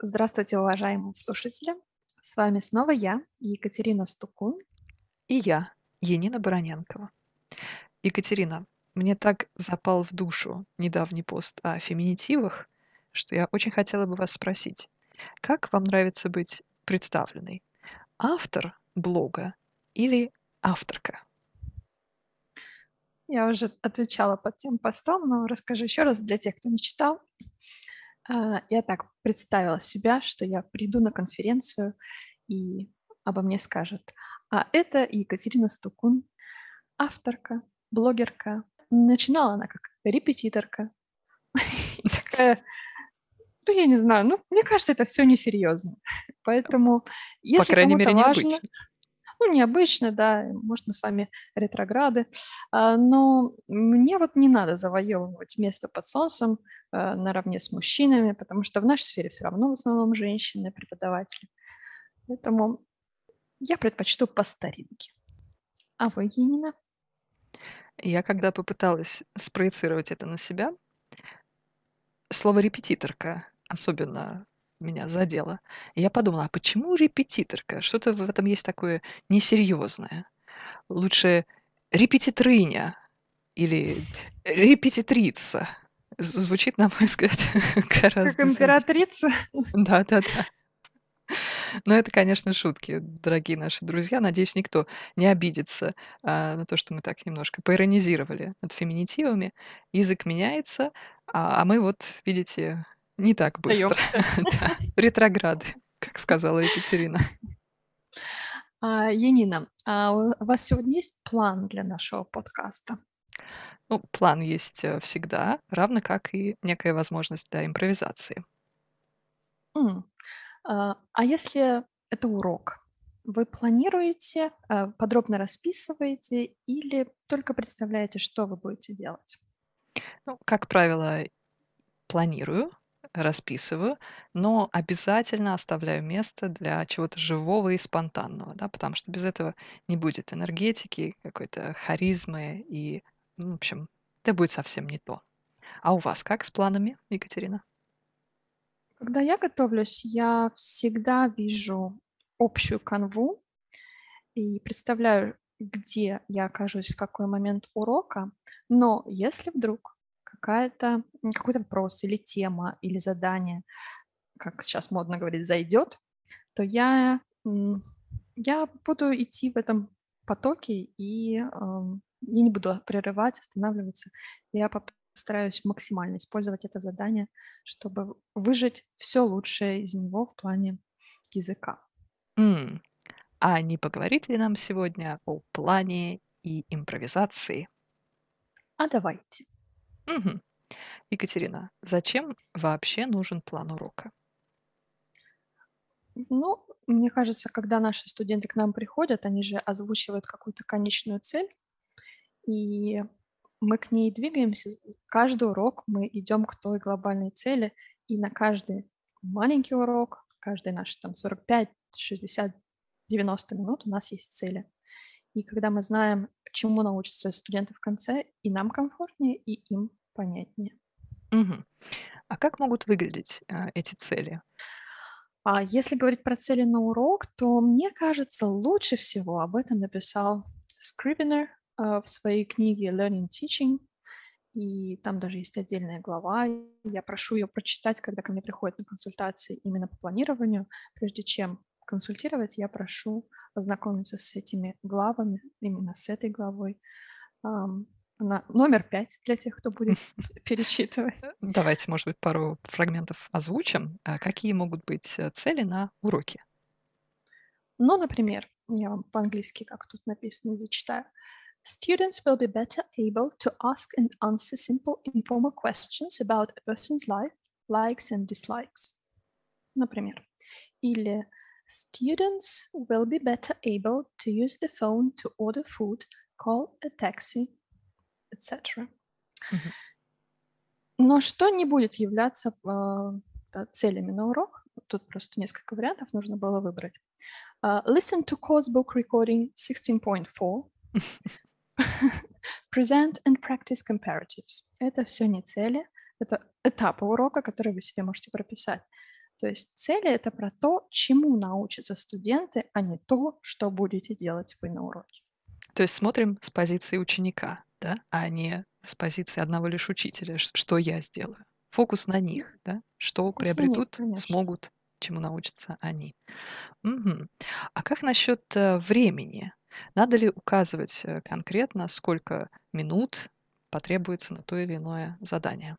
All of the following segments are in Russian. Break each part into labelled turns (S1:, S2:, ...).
S1: Здравствуйте, уважаемые слушатели! С вами снова я, Екатерина Стукун.
S2: И я, Енина Бароненкова. Екатерина, мне так запал в душу недавний пост о феминитивах, что я очень хотела бы вас спросить, как вам нравится быть представленной? Автор блога или авторка?
S1: Я уже отвечала под тем постом, но расскажу еще раз для тех, кто не читал. Я так представила себя, что я приду на конференцию и обо мне скажут: а это Екатерина Стукун, авторка, блогерка. Начинала она как репетиторка. И такая, ну, я не знаю, ну, мне кажется, это все несерьезно. Поэтому,
S2: По
S1: если
S2: крайней мере,
S1: кому-то важно,
S2: необычно.
S1: ну, необычно, да, может, мы с вами ретрограды, но мне вот не надо завоевывать место под солнцем наравне с мужчинами, потому что в нашей сфере все равно в основном женщины, преподаватели. Поэтому я предпочту по старинке. А вы, Енина?
S2: Я когда попыталась спроецировать это на себя, слово «репетиторка» особенно меня задело. И я подумала, а почему репетиторка? Что-то в этом есть такое несерьезное. Лучше репетитрыня или репетитрица. Звучит, на мой взгляд,
S1: Как
S2: гораздо заметнее.
S1: императрица?
S2: Да-да-да. Но это, конечно, шутки, дорогие наши друзья. Надеюсь, никто не обидится, на то, что мы так немножко поиронизировали над феминитивами. Язык меняется, а мы вот, видите, не так быстро.
S1: Остаемся.
S2: Да, ретрограды, как сказала Екатерина.
S1: Енина, а у вас сегодня есть план для нашего подкаста?
S2: Ну, план есть, всегда, равно как и некая возможность, да, импровизации.
S1: М. А если это урок, вы планируете, подробно расписываете или только представляете, что вы будете делать?
S2: Ну, как правило, планирую, расписываю, но обязательно оставляю место для чего-то живого и спонтанного, да, потому что без этого не будет энергетики, какой-то харизмы и, ну, в общем, это будет совсем не то. А у вас как с планами, Екатерина?
S1: Когда я готовлюсь, я всегда вижу общую канву и представляю, где я окажусь в какой момент урока. Но если вдруг какой-то вопрос или тема, или задание, как сейчас модно говорить, зайдет, то я буду идти в этом потоке я не буду прерывать, останавливаться. Я постараюсь максимально использовать это задание, чтобы выжать все лучшее из него в плане языка.
S2: М, А не поговорить ли нам сегодня о плане и импровизации?
S1: А давайте.
S2: Мгм. Екатерина, зачем вообще нужен план урока?
S1: Ну, мне кажется, когда наши студенты к нам приходят, они же озвучивают какую-то конечную цель, и мы к ней двигаемся. Каждый урок мы идем к той глобальной цели, и на каждый маленький урок, каждый наш там 45, 60, 90 минут у нас есть цели. И когда мы знаем, чему научатся студенты в конце, и нам комфортнее, и им понятнее.
S2: Мгм. А как могут выглядеть, эти цели?
S1: А если говорить про цели на урок, то мне кажется, лучше всего об этом написал Scrivener в своей книге Learning Teaching. И там даже есть отдельная глава. Я прошу ее прочитать, когда ко мне приходят на консультации именно по планированию. Прежде чем консультировать, я прошу ознакомиться с этими главами, именно с этой главой. Она номер 5 для тех, кто будет перечитывать.
S2: Давайте, может быть, пару фрагментов озвучим. Какие могут быть, цели на уроке?
S1: Ну, например, я вам по-английски, как тут написано, зачитаю. Students will be better able to ask and answer simple informal questions about a person's life, likes and dislikes. Например. Или students will be better able to use the phone to order food, call a taxi, etc.
S2: Мгм.
S1: Но что не будет являться целями на урок? Тут просто несколько вариантов нужно было выбрать. Listen to course book recording 16.4. Present and practice comparatives. Это все не цели, это этапы урока, которые вы себе можете прописать. То есть цели — это про то, чему научатся студенты, а не то, что будете делать вы на уроке.
S2: То есть смотрим с позиции ученика, да, а не с позиции одного лишь учителя, что я сделаю. Фокус на них, да, что
S1: Фокус на них,
S2: приобретут,
S1: конечно.
S2: смогут, чему научатся они. Мгм. А как насчет времени? Надо ли указывать конкретно, сколько минут потребуется на то или иное задание?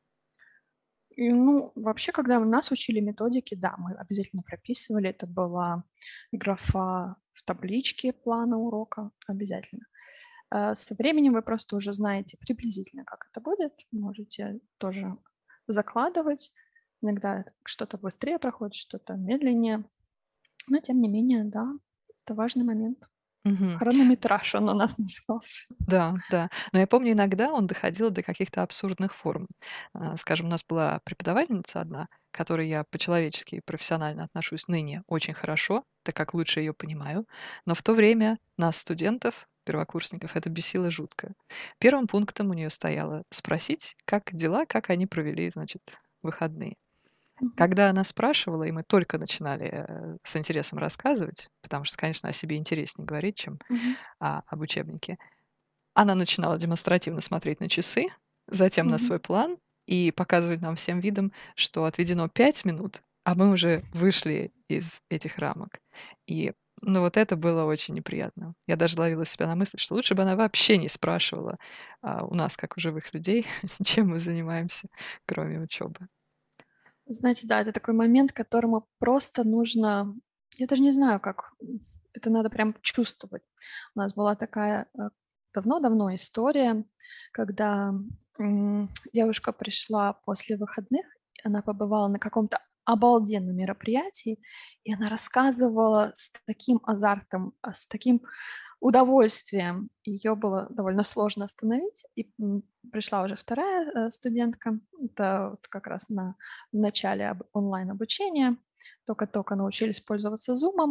S1: И, ну, вообще, когда нас учили методики, да, мы обязательно прописывали. Это была графа в табличке плана урока обязательно. Со временем вы просто уже знаете приблизительно, как это будет. Можете тоже закладывать. Иногда что-то быстрее проходит, что-то медленнее. Но, тем не менее, да, это важный момент.
S2: Мгм.
S1: Хронометраж он у нас назывался.
S2: Да, да. Но я помню, иногда он доходил до каких-то абсурдных форм. Скажем, у нас была преподавательница одна, к которой я по-человечески и профессионально отношусь ныне очень хорошо, так как лучше ее понимаю. Но в то время нас, студентов, первокурсников, это бесило жутко. Первым пунктом у нее стояло спросить, как дела, как они провели, значит, выходные.
S1: Мгм,
S2: Когда она спрашивала, и мы только начинали с интересом рассказывать, потому что, конечно, о себе интереснее говорить, чем
S1: мгм,
S2: об учебнике, она начинала демонстративно смотреть на часы, затем на
S1: мгм.
S2: свой план и показывать нам всем видом, что отведено 5 минут, а мы уже вышли из этих рамок. И, ну, вот это было очень неприятно. Я даже ловила себя на мысли, что лучше бы она вообще не спрашивала у нас, как у живых людей, чем мы занимаемся, кроме учебы.
S1: Знаете, да, это такой момент, которому просто нужно, я даже не знаю, как, это надо прям чувствовать. У нас была такая давно-давно история, когда девушка пришла после выходных, и она побывала на каком-то обалденном мероприятии, и она рассказывала с таким азартом, с таким удовольствием. Ее было довольно сложно остановить, и пришла уже вторая студентка, это вот как раз в начале онлайн-обучения, только-только научились пользоваться Zoom,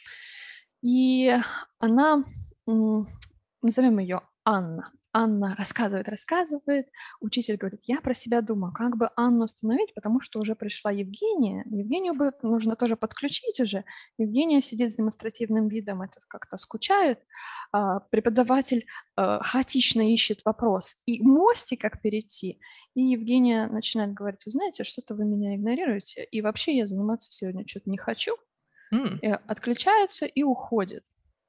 S1: и она, м, назовем ее Анна. Анна рассказывает. Учитель говорит: я про себя думаю, как бы Анну остановить, потому что уже пришла Евгения. Евгению бы нужно тоже подключить уже. Евгения сидит с демонстративным видом, этот как-то скучает. Преподаватель хаотично ищет вопрос и мостик, как перейти. И Евгения начинает говорить: вы знаете, что-то вы меня игнорируете, и вообще я заниматься сегодня что-то не хочу.
S2: М,
S1: Отключаются и уходят.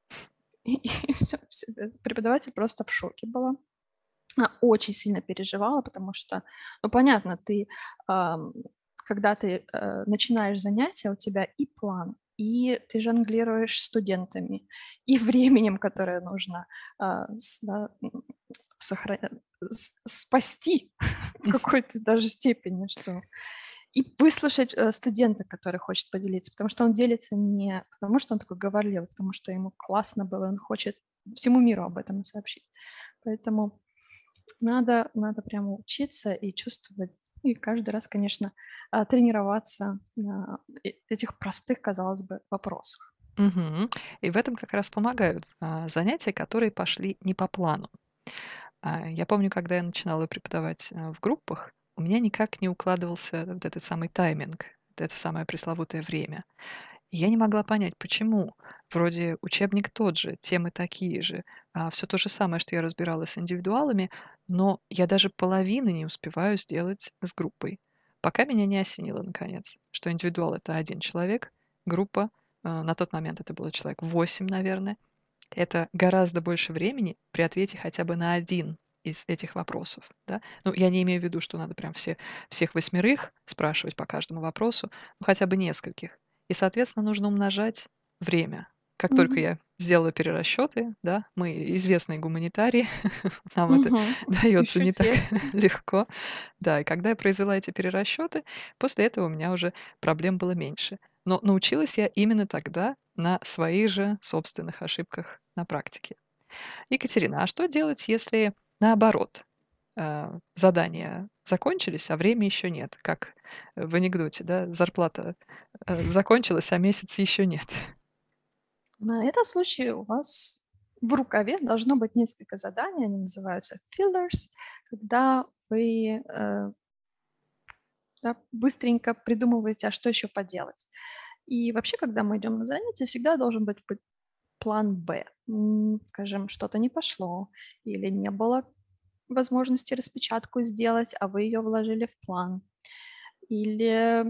S1: И всё, преподаватель просто в шоке была. Она очень сильно переживала, потому что, ну, понятно, ты, ам, когда ты, начинаешь занятия, у тебя и план, и ты жонглируешь студентами, и временем, которое нужно, да, сохра спасти в какой-то даже степени, что и выслушать, студента, который хочет поделиться, потому что он делится не потому, что он такой говорливый, а потому что ему классно было, и он хочет всему миру об этом сообщить. Поэтому надо прямо учиться и чувствовать, и каждый раз, конечно, тренироваться на этих простых, казалось бы, вопросах.
S2: мгм. И в этом как раз помогают занятия, которые пошли не по плану. Я помню, когда я начинала преподавать в группах, у меня никак не укладывался вот этот самый тайминг, вот это самое пресловутое время. И я не могла понять, почему. Вроде учебник тот же, темы такие же, все то же самое, что я разбирала с индивидуалами, но я даже половины не успеваю сделать с группой. Пока меня не осенило, наконец, что индивидуал — это один человек, группа, на тот момент это было человек 8, наверное, это гораздо больше времени при ответе хотя бы на один из этих вопросов, да. Ну, я не имею в виду, что надо прям всех 8 спрашивать по каждому вопросу, ну, хотя бы нескольких. И, соответственно, нужно умножать время. Как только
S1: Мгм.
S2: я сделала перерасчеты, да, мы известные гуманитарии, нам это
S1: Мгм.
S2: дается
S1: Еще
S2: не так
S1: те.
S2: легко. Да, и когда я произвела эти перерасчеты, после этого у меня уже проблем было меньше. Но научилась я именно тогда на своих же собственных ошибках на практике. Екатерина, а что делать, если наоборот, задания закончились, а времени еще нет? Как в анекдоте, да, зарплата закончилась, а месяц еще нет.
S1: На этот случай у вас в рукаве должно быть несколько заданий, они называются fillers, когда вы да, быстренько придумываете, а что еще поделать. И вообще, когда мы идем на занятия, всегда должен быть план Б. Скажем, что-то не пошло или не было возможности распечатку сделать, а вы ее вложили в план. Или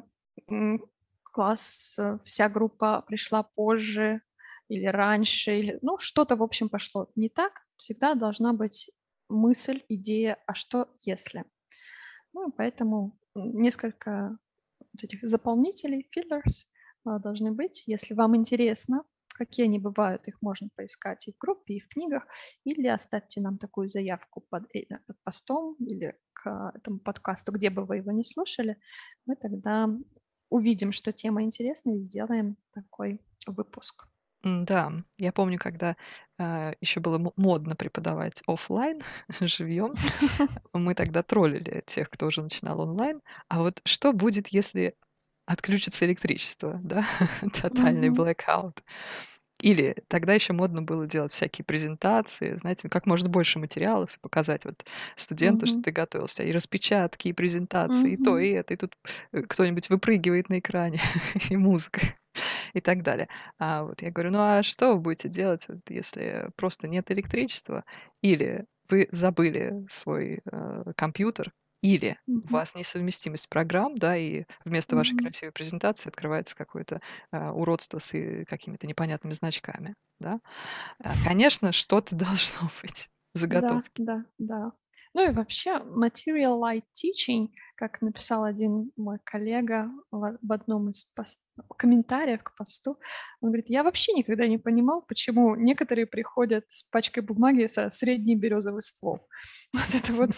S1: класс, вся группа пришла позже или раньше, или, ну, что-то, в общем, пошло не так. Всегда должна быть мысль, идея, а что если? Ну, и поэтому несколько вот этих заполнителей, fillers, должны быть. Если вам интересно, какие они бывают, их можно поискать и в группе, и в книгах, или оставьте нам такую заявку под постом или к этому подкасту, где бы вы его не слушали. Мы тогда увидим, что тема интересная, и сделаем такой выпуск.
S2: Да, я помню, когда еще было модно преподавать оффлайн живьем, мы тогда троллили тех, кто уже начинал онлайн. А вот что будет, если отключится электричество, да? Тотальный
S1: Мгм.
S2: blackout. Или тогда еще модно было делать всякие презентации, знаете, как можно больше материалов и показать вот студенту, что
S1: Мгм.
S2: ты готовился. И распечатки, и презентации, и то,
S1: Мгм.
S2: и это. И тут кто-нибудь выпрыгивает на экране, и музыка, и так далее. А вот я говорю, ну а что вы будете делать, вот, если просто нет электричества? Или вы забыли свой компьютер, или у
S1: Мгм.
S2: вас несовместимость программ, да, и вместо вашей
S1: Мгм.
S2: красивой презентации открывается какое-то уродство с какими-то непонятными значками, да. Конечно, что-то должно быть,
S1: Да,
S2: заготовки.
S1: да, да. Ну и вообще material light teaching, как написал один мой коллега в одном из комментариев к посту, он говорит, я вообще никогда не понимал, почему некоторые приходят с пачкой бумаги со средний березовый ствол. Вот это вот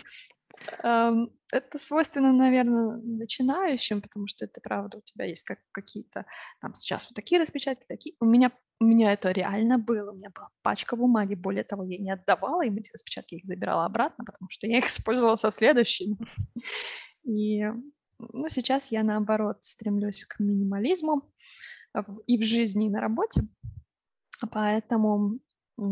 S1: это свойственно, наверное, начинающим, потому что это правда, у тебя есть какие-то там сейчас вот такие распечатки, такие. У меня это реально было. У меня была пачка бумаги. Более того, я не отдавала им эти распечатки, я их забирала обратно, потому что я их использовала со следующими. И, ну, сейчас я, наоборот, стремлюсь к минимализму и в жизни, и на работе. Поэтому,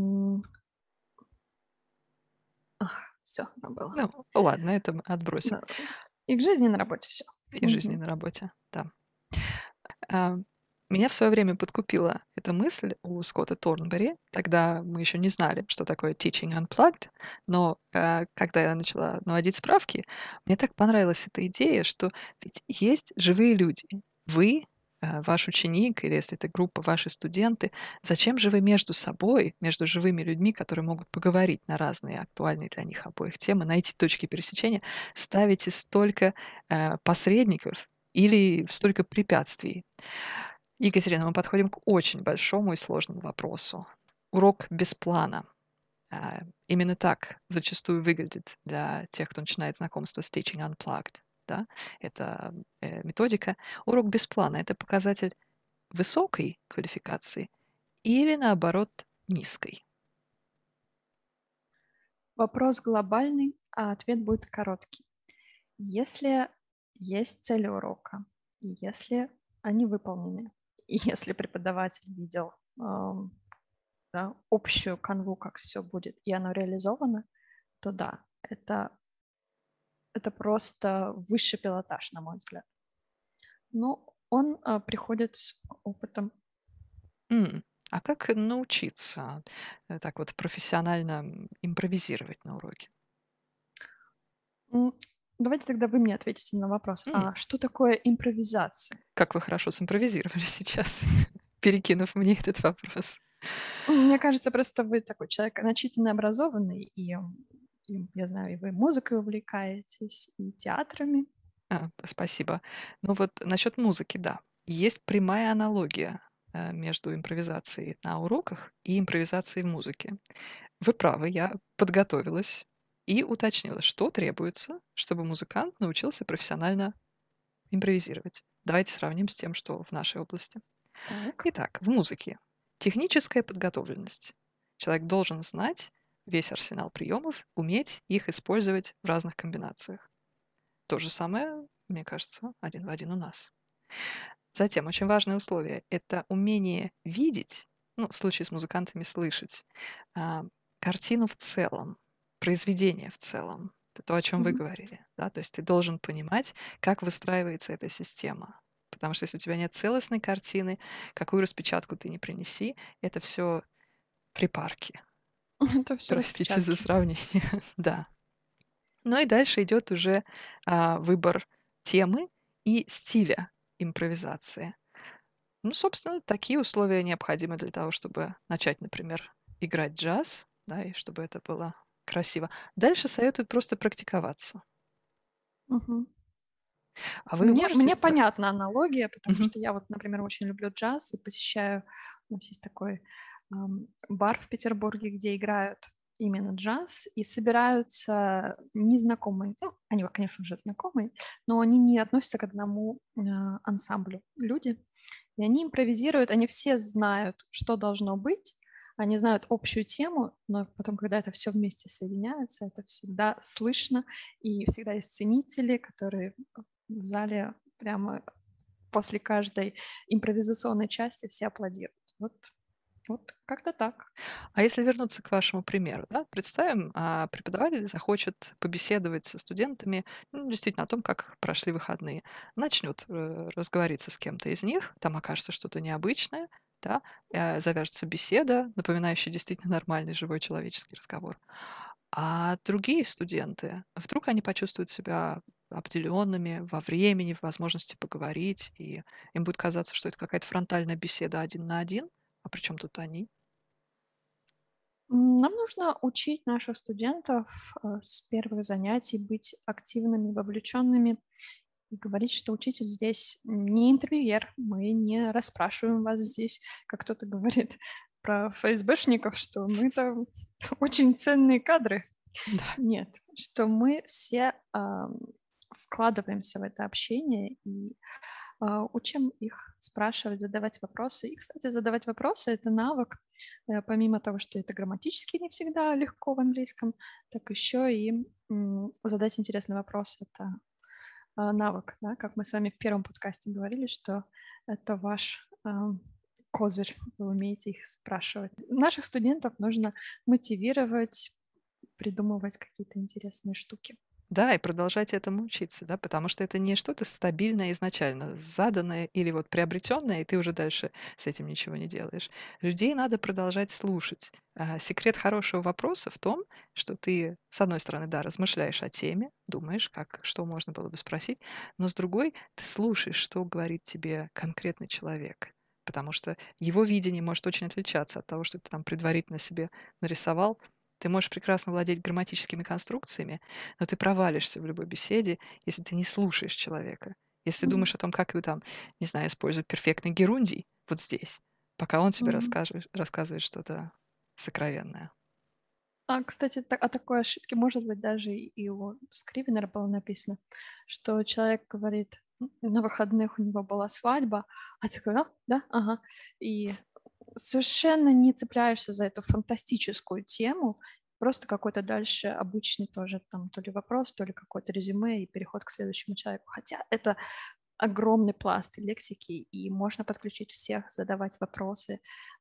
S1: все, забыла.
S2: Ну, ладно, это мы отбросим.
S1: Да. И к жизни, и на работе все.
S2: И жизни на работе, да. А, Меня в свое время подкупила эта мысль у Скотта Торнберри. Тогда мы еще не знали, что такое Teaching Unplugged, но когда я начала наводить справки, мне так понравилась эта идея, что ведь есть живые люди. Вы, ваш ученик, или если это группа, ваши студенты, зачем же вы между собой, между живыми людьми, которые могут поговорить на разные актуальные для них обоих темы, найти точки пересечения, ставите столько посредников или столько препятствий? Екатерина, мы подходим к очень большому и сложному вопросу. Урок без плана. Именно так зачастую выглядит для тех, кто начинает знакомство с Teaching Unplugged. Да? Это методика. Урок без плана– это показатель высокой квалификации или, наоборот, низкой.
S1: Вопрос глобальный, а ответ будет короткий. Если есть цели урока, и если они выполнены, и если преподаватель видел да, общую канву, как все будет, и оно реализовано, то да, это просто высший пилотаж, на мой взгляд. Но он приходит с опытом.
S2: А как научиться так вот профессионально импровизировать на уроке?
S1: М, Давайте тогда вы мне ответите на вопрос.
S2: М,
S1: А что такое импровизация?
S2: Как вы хорошо симпровизировали сейчас, перекинув мне этот вопрос.
S1: Мне кажется, просто вы такой человек начитанный, образованный, и я знаю, и вы музыкой увлекаетесь, и театрами.
S2: Спасибо. Ну вот насчет музыки, да. Есть прямая аналогия между импровизацией на уроках и импровизацией в музыке. Вы правы, я подготовилась и уточнила, что требуется, чтобы музыкант научился профессионально импровизировать. Давайте сравним с тем, что в нашей области.
S1: Так.
S2: Итак, в музыке. Техническая подготовленность. Человек должен знать весь арсенал приемов, уметь их использовать в разных комбинациях. То же самое, мне кажется, один в один у нас. Затем очень важное условие– это умение видеть, ну, в случае с музыкантами слышать, а, картину в целом, произведение в целом. Это то, о чем вы
S1: Мгм.
S2: говорили, да, то есть ты должен понимать, как выстраивается эта система. Потому что если у тебя нет целостной картины, какую распечатку ты не принеси, это все припарки.
S1: Это все
S2: Простите за
S1: распечатки.
S2: сравнение, да. Ну и дальше идет уже выбор темы и стиля импровизации. Ну, собственно, такие условия необходимы для того, чтобы начать, например, играть джаз, да, и чтобы это было красиво. Дальше советуют просто практиковаться.
S1: Мгм.
S2: А вы
S1: Мне
S2: можете... Да.
S1: понятна аналогия, потому
S2: Мгм.
S1: что я вот, например, очень люблю джаз и посещаю, у нас есть такой бар в Петербурге, где играют именно джаз, и собираются незнакомые, ну, они, конечно же, знакомые, но они не относятся к одному ансамблю люди, и они импровизируют, они все знают, что должно быть, они знают общую тему, но потом, когда это все вместе соединяется, это всегда слышно, и всегда есть ценители, которые в зале прямо после каждой импровизационной части все аплодируют. Вот как-то так.
S2: А если вернуться к вашему примеру, да, представим, преподаватель захочет побеседовать со студентами, ну, действительно, о том, как прошли выходные. Начнет разговориться с кем-то из них, там окажется что-то необычное, да, завяжется беседа, напоминающая действительно нормальный живой человеческий разговор. А другие студенты, вдруг они почувствуют себя обделенными во времени, в возможности поговорить, и им будет казаться, что это какая-то фронтальная беседа один на один, а при чем тут они?
S1: Нам нужно учить наших студентов с первых занятий быть активными, вовлеченными и говорить, что учитель здесь не интервьюер, мы не расспрашиваем вас здесь, как кто-то говорит про ФСБшников, что мы там очень ценные кадры.
S2: Да.
S1: Нет, что мы все вкладываемся в это общение и учим их спрашивать, задавать вопросы. И, кстати, задавать вопросы– это навык, помимо того, что это грамматически не всегда легко в английском, так еще и задать интересный вопрос– это навык, да? Как мы с вами в первом подкасте говорили, что это ваш козырь, вы умеете их спрашивать. Наших студентов нужно мотивировать, придумывать какие-то интересные штуки.
S2: Да, и продолжать этому учиться, да, потому что это не что-то стабильное изначально, заданное или вот приобретенное, и ты уже дальше с этим ничего не делаешь. Людей надо продолжать слушать. Секрет хорошего вопроса в том, что ты, с одной стороны, да, размышляешь о теме, думаешь, как, что можно было бы спросить, но с другой ты слушаешь, что говорит тебе конкретный человек. Потому что его видение может очень отличаться от того, что ты там предварительно себе нарисовал. Ты можешь прекрасно владеть грамматическими конструкциями, но ты провалишься в любой беседе, если ты не слушаешь человека. Если ты
S1: Мгм.
S2: думаешь о том, как вы там, не знаю, использовать перфектный герундий вот здесь, пока он тебе
S1: Мгм.
S2: рассказывает что-то сокровенное.
S1: Кстати, о такой ошибке, может быть, даже и у Скривенера было написано, что человек говорит, на выходных у него была свадьба, а ты такой, да, ага, и совершенно не цепляешься за эту фантастическую тему, просто какой-то дальше обычный тоже там то ли вопрос, то ли какое-то резюме и переход к следующему человеку. Хотя это огромный пласт лексики, и можно подключить всех, задавать вопросы,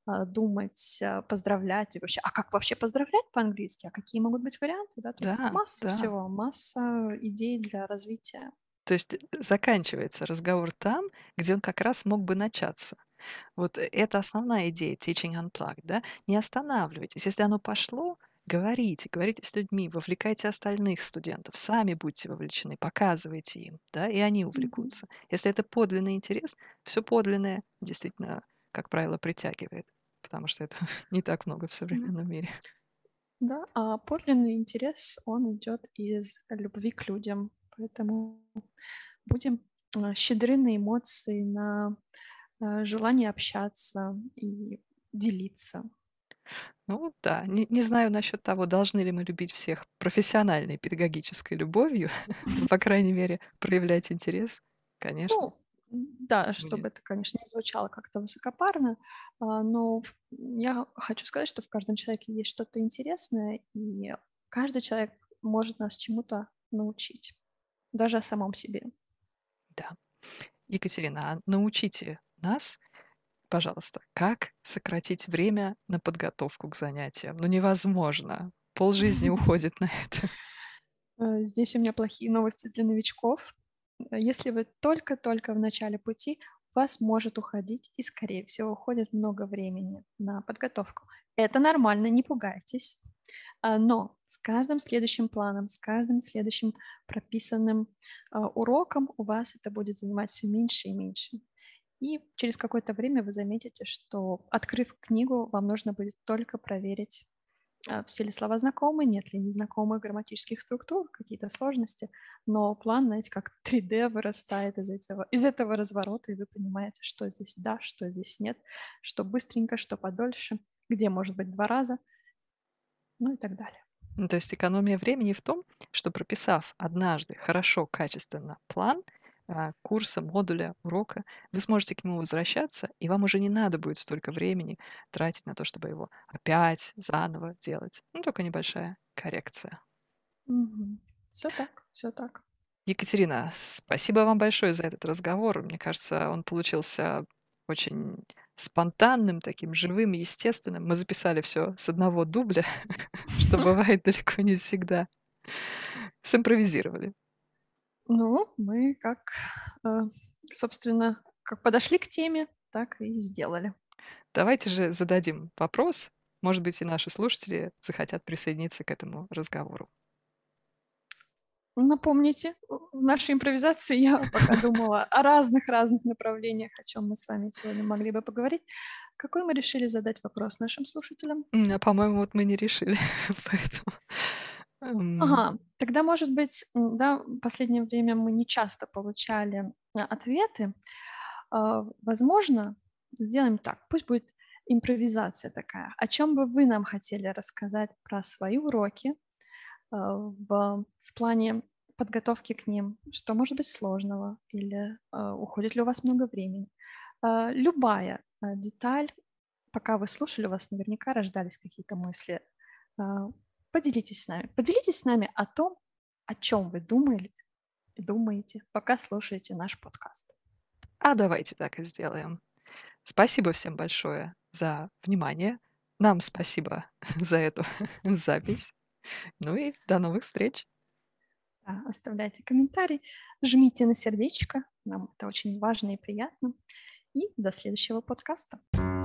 S1: думать, поздравлять. И вообще, а как вообще поздравлять по-английски? А какие могут быть варианты? Да? Тут
S2: Да,
S1: масса
S2: да.
S1: всего, масса идей для развития.
S2: То есть заканчивается разговор там, где он как раз мог бы начаться. Вот это основная идея Teaching Unplugged, да? Не останавливайтесь. Если оно пошло, говорите, говорите с людьми, вовлекайте остальных студентов, сами будьте вовлечены, показывайте им, да, и они
S1: Мгм.
S2: увлекутся. Если это подлинный интерес, все подлинное действительно, как правило, притягивает, потому что это не так много в
S1: Да,
S2: современном мире.
S1: да, а подлинный интерес, он идет из любви к людям. Поэтому будем щедры на эмоции, на желание общаться и делиться.
S2: Ну вот да, не знаю насчет того, должны ли мы любить всех профессиональной педагогической любовью, но, по крайней мере, проявлять интерес, конечно,
S1: Ну, да,
S2: будет.
S1: чтобы это, конечно, не звучало как-то высокопарно, но я хочу сказать, что в каждом человеке есть что-то интересное, и каждый человек может нас чему-то научить, даже о самом себе.
S2: Да. Екатерина, а научите нас, пожалуйста, как сократить время на подготовку к занятиям? Ну, невозможно. Полжизни уходит на это.
S1: Здесь у меня плохие новости для новичков. Если вы только-только в начале пути, у вас может уходить и, скорее всего, уходит много времени на подготовку. Это нормально, не пугайтесь. Но с каждым следующим планом, с каждым следующим прописанным уроком у вас это будет занимать все меньше и меньше. И через какое-то время вы заметите, что, открыв книгу, вам нужно будет только проверить, все ли слова знакомы, нет ли незнакомых грамматических структур, какие-то сложности, но план, знаете, как 3D вырастает из этого разворота, и вы понимаете, что здесь да, что здесь нет, что быстренько, что подольше, где может быть 2 раза, ну и так далее.
S2: Ну, то есть экономия времени в том, что прописав однажды хорошо, качественно план курса, модуля, урока, вы сможете к нему возвращаться, и вам уже не надо будет столько времени тратить на то, чтобы его опять заново делать. Ну, только небольшая коррекция.
S1: Все так, все так.
S2: Екатерина, спасибо вам большое за этот разговор. Мне кажется, он получился очень спонтанным, таким живым, естественным. Мы записали все с одного дубля, что бывает далеко не всегда. Симпровизировали.
S1: Ну, мы э, собственно, как подошли к теме, так и сделали.
S2: Давайте же зададим вопрос. Может быть, и наши слушатели захотят присоединиться к этому разговору.
S1: Напомните, в нашей импровизации я пока думала о разных-разных направлениях, о чем мы с вами сегодня могли бы поговорить. Какой мы решили задать вопрос нашим слушателям?
S2: По-моему, вот мы не решили, поэтому...
S1: Ага, тогда, может быть, да, в последнее время мы не часто получали ответы. Возможно, сделаем так, пусть будет импровизация такая. О чем бы вы нам хотели рассказать про свои уроки, в плане подготовки к ним, что может быть сложного или уходит ли у вас много времени. Любая деталь, пока вы слушали, у вас наверняка рождались какие-то мысли. А, Поделитесь с нами. Поделитесь с нами о том, о чем вы думаете, пока слушаете наш подкаст.
S2: А давайте так и сделаем. Спасибо всем большое за внимание. Нам спасибо за эту запись. Ну и до новых встреч.
S1: Да, оставляйте комментарий, жмите на сердечко, нам это очень важно и приятно. И до следующего подкаста.